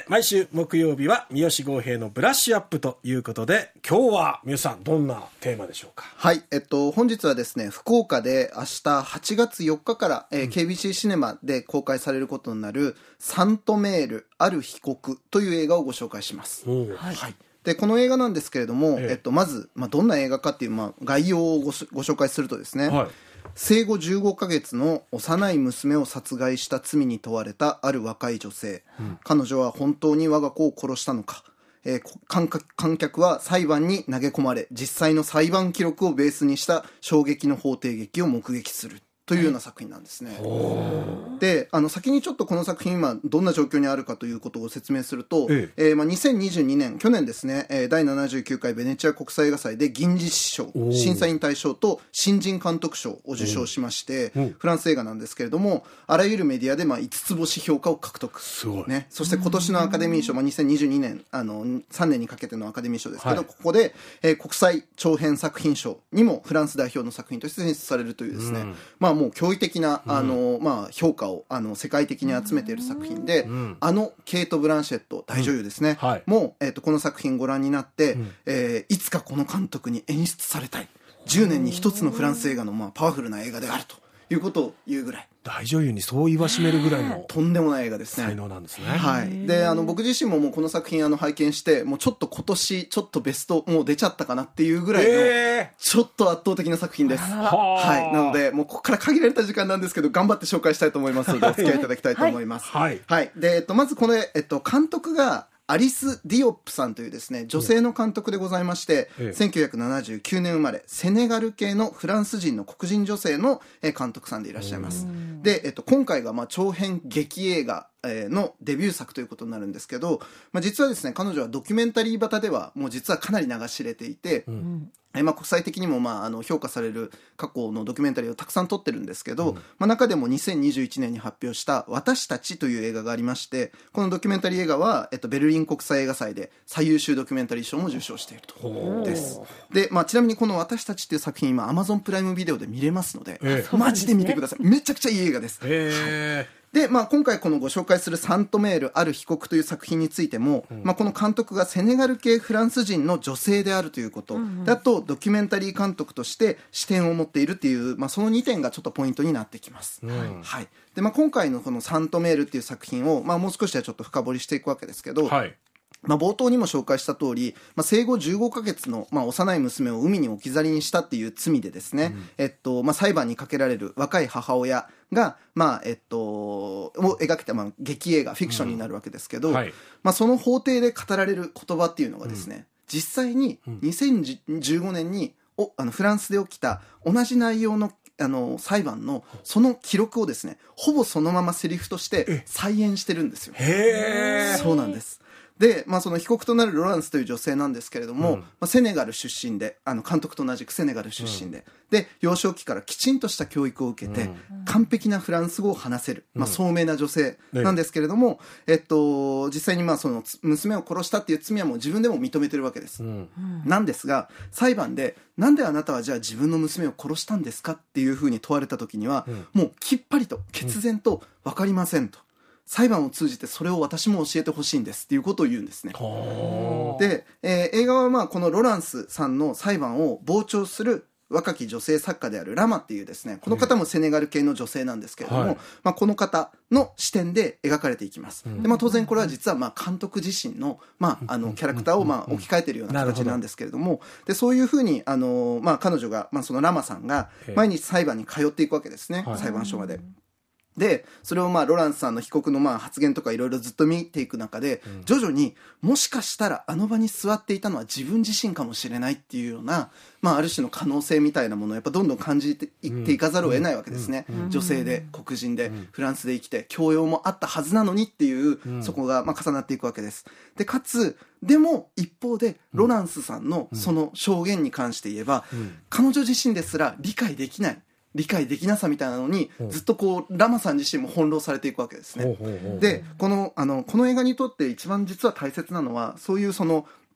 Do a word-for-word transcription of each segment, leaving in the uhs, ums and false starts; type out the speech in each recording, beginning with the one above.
て毎週木曜日は三好豪平のブラッシュアップということで、今日は三好さんどんなテーマでしょうか？ はい、えっと本日はですね、福岡で明日はちがつよっかから、えー、ケービーシー シネマで公開されることになるサントメールある被告という映画をご紹介します。 はい、 はい、でこの映画なんですけれども、 えええっと、まず、まあ、どんな映画かっていう、まあ、概要をご、ご紹介するとですね、 はい、 生後じゅうごかげつの幼い娘を殺害した罪に問われたある若い女性、うん、彼女は本当に我が子を殺したのか、えー、観客、観客は裁判に投げ込まれ、実際の裁判記録をベースにした衝撃の法廷劇を目撃するというような作品なんですね。で、あの先にちょっとこの作品今どんな状況にあるかということを説明すると、えええーまあ、にせんにじゅうにねん去年ですね、えー、だいななじゅうきゅうかいベネチア国際映画祭で銀獅子賞、審査員大賞と新人監督賞を受賞しまして、フランス映画なんですけれども、あらゆるメディアでまあいつつ星評価を獲得、 すごい、 ね、そして今年のアカデミー賞、まあ、にせんにじゅうにねんあのさんねんにかけてのアカデミー賞ですけど、はい、ここで、えー、国際長編作品賞にもフランス代表の作品として選出されるというですね、うん、まあもう驚異的なあの、まあ、評価をあの世界的に集めている作品で、うん、あのケイト・ブランシェット大女優ですね、うん、はい、もう、えー、とこの作品ご覧になって、うん、えー、いつかこの監督に演出されたい、じゅうねんに一つのフランス映画の、まあ、パワフルな映画であるということを言うぐらい、 大女優にそう言わしめるぐらいのとんでもない映画ですね。 才能なんですね。 はい、であの僕自身ももうこの作品あの拝見して、もうちょっと今年ちょっとベストもう出ちゃったかなっていうぐらいのちょっと圧倒的な作品です。はい、なのでもうここから限られた時間なんですけど頑張って紹介したいと思いますのでお付き合いいただきたいと思います。はい、はい、で、えっと、まずこれ、えっと、監督がアリス・ディオップさんというですね女性の監督でございまして、ええ、せんきゅうひゃくななじゅうきゅうねん生まれ、セネガル系のフランス人の黒人女性の監督さんでいらっしゃいます。で、えっと、今回がまあ長編劇映画のデビュー作ということになるんですけど、まあ、実はですね彼女はドキュメンタリーバタではもう実はかなり流し入れていて、うん、えまあ、国際的にもまああの評価される過去のドキュメンタリーをたくさん撮ってるんですけど、うん、まあ、中でもにせんにじゅういちねんに発表した私たちという映画がありまして、このドキュメンタリー映画は、えっと、ベルリン国際映画祭で最優秀ドキュメンタリー賞も受賞しているとです。で、まあ、ちなみにこの私たちっていう作品今 Amazon プライムビデオで見れますので、えー、マジで見てください。めちゃくちゃいい映画です。えーはいで、まあ、今回このご紹介するサントメールある被告という作品についても、うん、まあ、この監督がセネガル系フランス人の女性であるということ、うんうん、だとドキュメンタリー監督として視点を持っているっていう、まあ、そのにてんがちょっとポイントになってきます。うん、はいでまあ、今回のこのサントメールっていう作品を、まあ、もう少しはちょっと深掘りしていくわけですけど、はい、まあ、冒頭にも紹介した通り、まあ、生後じゅうごかげつの、まあ、幼い娘を海に置き去りにしたっていう罪でですね、うん、えっとまあ、裁判にかけられる若い母親が、まあえっと、を描けた、まあ、劇映画フィクションになるわけですけど、うんはい、まあ、その法廷で語られる言葉っていうのがですね、うん、実際ににせんじゅうごねんにおあのフランスで起きた同じ内容のあの裁判のその記録をですねほぼそのままセリフとして再演してるんですよ。へー、そうなんです。で、まあ、その被告となるロランスという女性なんですけれども、うん、まあ、セネガル出身で、あの監督と同じくセネガル出身で、うん、で幼少期からきちんとした教育を受けて、うん、完璧なフランス語を話せる、まあ、聡明な女性なんですけれども、うん、えっと、実際にまあその娘を殺したっていう罪はもう自分でも認めてるわけです、うん、なんですが裁判でなんであなたはじゃあ自分の娘を殺したんですかっていうふうに問われた時には、うん、もうきっぱりと決然と分かりませんと、裁判を通じてそれを私も教えてほしいんですっていうことを言うんですね。で、えー、映画はまあこのロランスさんの裁判を傍聴する若き女性作家であるラマっていうですね、この方もセネガル系の女性なんですけれども、はい、まあ、この方の視点で描かれていきます、うん、でまあ、当然これは実はまあ監督自身の、まあ、あのキャラクターをまあ置き換えているような形なんですけれども、でそういうふうにあの、まあ、彼女が、まあ、そのラマさんが毎日裁判に通っていくわけですね、はい、裁判所まで。でそれをまあロランスさんの被告のまあ発言とかいろいろずっと見ていく中で、うん、徐々にもしかしたらあの場に座っていたのは自分自身かもしれないっていうような、まあ、ある種の可能性みたいなものをやっぱどんどん感じていっていかざるを得ないわけですね、うんうん、女性で黒人で、うん、フランスで生きて教養もあったはずなのにっていう、うん、そこがまあ重なっていくわけです。でかつでも一方でロランスさんのその証言に関して言えば、うん、彼女自身ですら理解できない理解できなさみたいなのにずっとこうラマさん自身も翻弄されていくわけですね。でこのあのこの映画にとって一番実は大切なのはそういうその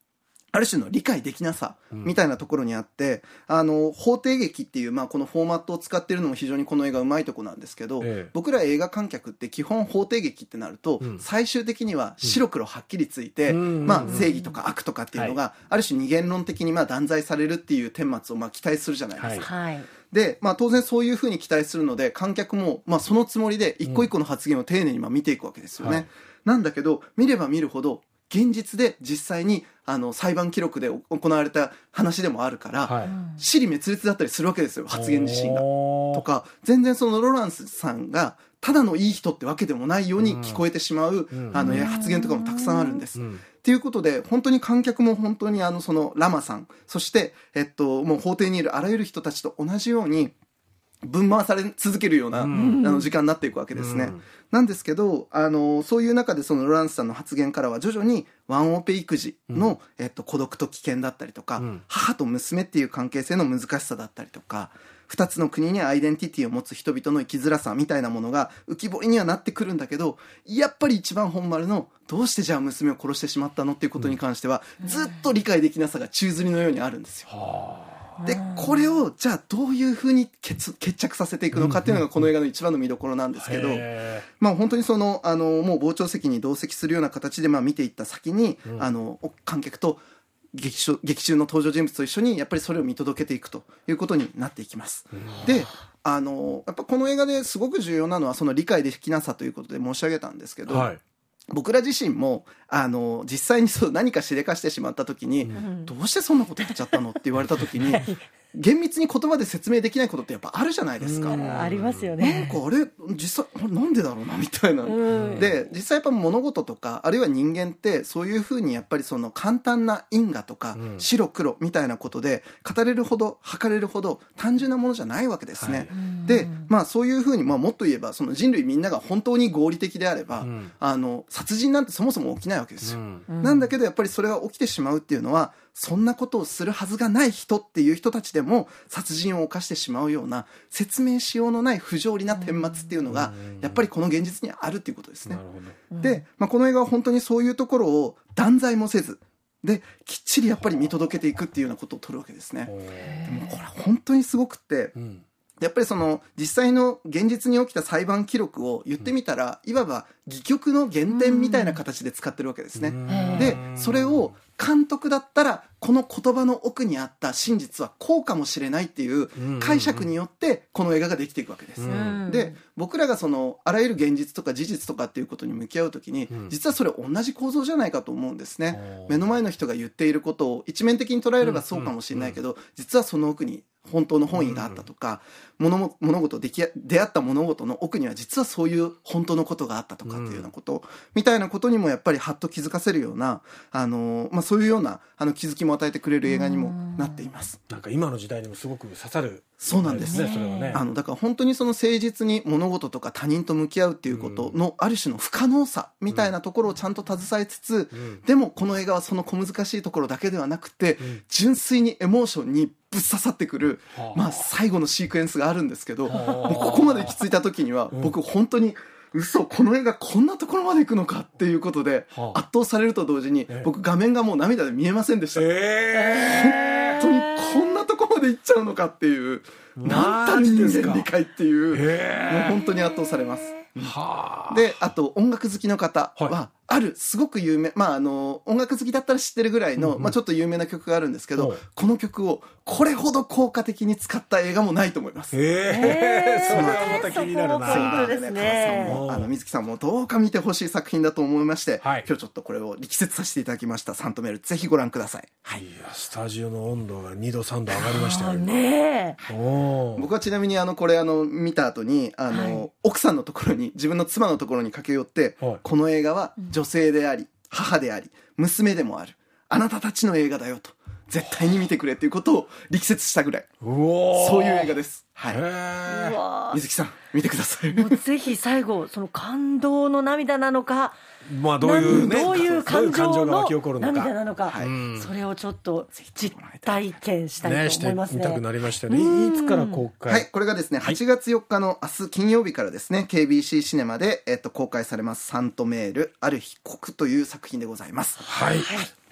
ある種の理解できなさみたいなところにあって、うん、あの法廷劇っていう、まあ、このフォーマットを使っているのも非常にこの映画うまいとこなんですけど、ええ、僕ら映画観客って基本法廷劇ってなると、うん、最終的には白黒はっきりついて、うん、まあ、正義とか悪とかっていうのが、はい、ある種二元論的にまあ断罪されるっていう顛末をまあ期待するじゃないですか、はい、で、まあ、当然そういうふうに期待するので観客もまあそのつもりで一個一個の発言を丁寧にまあ見ていくわけですよね、はい、なんだけど見れば見るほど現実で実際にあの裁判記録で行われた話でもあるから、はい、支離滅裂だったりするわけですよ、発言自身がとか、全然そのロランスさんがただのいい人ってわけでもないように聞こえてしまう、うん、あの発言とかもたくさんあるんです、うん、っていうことで本当に観客も本当にあのそのラマさん、そして、えっと、もう法廷にいるあらゆる人たちと同じようにぶん回され続けるような、うん、あの時間になっていくわけですね、うん、なんですけどあのそういう中でそのロランスさんの発言からは徐々にワンオペ育児の、うん、えっと、孤独と危険だったりとか、うん、母と娘っていう関係性の難しさだったりとか、二つの国にアイデンティティを持つ人々の生きづらさみたいなものが浮き彫りにはなってくるんだけど、やっぱり一番本丸のどうしてじゃあ娘を殺してしまったのっていうことに関しては、うん、ずっと理解できなさが宙づりのようにあるんですよ。でこれをじゃあどういうふうに 決, 決着させていくのかっていうのがこの映画の一番の見どころなんですけど、まあ、本当にそのあのもう傍聴席に同席するような形でまあ見ていった先に、うん、あの観客と劇, 劇中の登場人物と一緒にやっぱりそれを見届けていくということになっていきます。であのやっぱこの映画ですごく重要なのはその理解できなさということで申し上げたんですけど、はい、僕ら自身もあの実際にそう何かしでかしてしまった時に、うん、どうしてそんなこと言っちゃったのって言われた時に厳密に言葉で説明できないことってやっぱあるじゃないですか。 ありますよね。 なんかあれ実際なんでだろうなみたいな、で実際やっぱ物事とかあるいは人間ってそういうふうにやっぱりその簡単な因果とか、うん、白黒みたいなことで語れるほど測れるほど単純なものじゃないわけですね、はい、でまあそういうふうに、まあ、もっと言えばその人類みんなが本当に合理的であれば、うん、あの殺人なんてそもそも起きないわけですよ、うん、なんだけどやっぱりそれが起きてしまうっていうのはそんなことをするはずがない人っていう人たちでも殺人を犯してしまうような説明しようのない不条理な顛末っていうのがやっぱりこの現実にあるっていうことですね。で、まあ、この映画は本当にそういうところを断罪もせずできっちりやっぱり見届けていくっていうようなことを取るわけですね。でもこれ本当にすごくって、うんやっぱりその実際の現実に起きた裁判記録を言ってみたら、いわば戯曲の原点みたいな形で使ってるわけですね。でそれを監督だったらこの言葉の奥にあった真実はこうかもしれないっていう解釈によってこの映画ができていくわけです。で僕らがそのあらゆる現実とか事実とかっていうことに向き合うときに実はそれ同じ構造じゃないかと思うんですね。目の前の人が言っていることを一面的に捉えればそうかもしれないけど、実はその奥に本当の本意があったとか、物も物事でき出会った物事の奥には実はそういう本当のことがあったとかっていうようなこと、うん、みたいなことにもやっぱりハッと気づかせるようなあの、まあ、そういうようなあの気づきも与えてくれる映画にもなっています。 なんか今の時代にもすごく刺さる。 そうなんですね。それはね。あのだから本当にその誠実に物事とか他人と向き合うっていうことのある種の不可能さみたいなところをちゃんと携えつつ、うん、でもこの映画はその小難しいところだけではなくて、うん、純粋にエモーションにぶっ刺さってくる、まあ、最後のシークエンスがあるんですけど、もうここまで行き着いた時には僕本当に嘘この映画こんなところまで行くのかっていうことで圧倒されると同時に僕画面がもう涙で見えませんでした。本当にこんなところまで行っちゃうのかっていうなんたる人間理解っていうもう本当に圧倒されます。はあ、であと音楽好きの方は、はい、あるすごく有名、まあ、あの音楽好きだったら知ってるぐらいの、うんうんまあ、ちょっと有名な曲があるんですけど、この曲をこれほど効果的に使った映画もないと思います。 へー、それはまた気になるな。 そうですね。 あの水木さんもどうか見てほしい作品だと思いまして、はい、今日ちょっとこれを力説させていただきました。サントメールぜひご覧ください。はい、 いやスタジオの温度がにどさんど上がりましたよね。 お僕はちなみにあのこれあの見た後にあの、はい、奥さんのところに自分の妻のところに駆け寄って、はい、この映画は女性であり母であり娘でもあるあなたたちの映画だよと絶対に見てくれっていうことを力説したぐらいそういう映画です。はい、うわ水木さん見てください。 もうぜひ最後その感動の涙なのか、 まあ、どういう、ね、 どういう感情の涙なのか、 はい、 それをちょっと実体験したいと思いますね。 ね見たくなりましたね。いつから公開？ はい、これがですねはちがつよっかの明日金曜日からですね ケービーシー シネマで、えっと、公開されますサントメールある日国という作品でございます。 はい、はい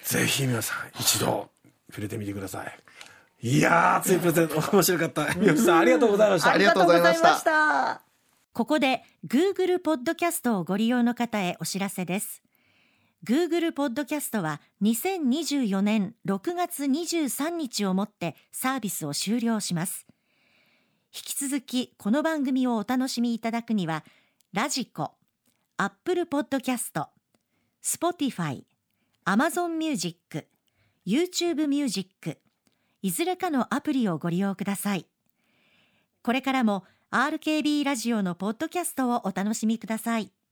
ぜひ皆さん一度触れてみてください。いやー、熱いプレゼント面白かった。三好さんありがとうございました。 ありがとうございました。 ここで Google ポッドキャストをご利用の方へお知らせです。Google ポッドキャストはにせんにじゅうよねんろくがつにじゅうさんにちをもってサービスを終了します。引き続きこの番組をお楽しみいただくには、ラジコ、Apple ポッドキャスト、Spotify、Amazon Music、YouTube Music、いずれかのアプリをご利用ください。これからも アールケービー ラジオのポッドキャストをお楽しみください。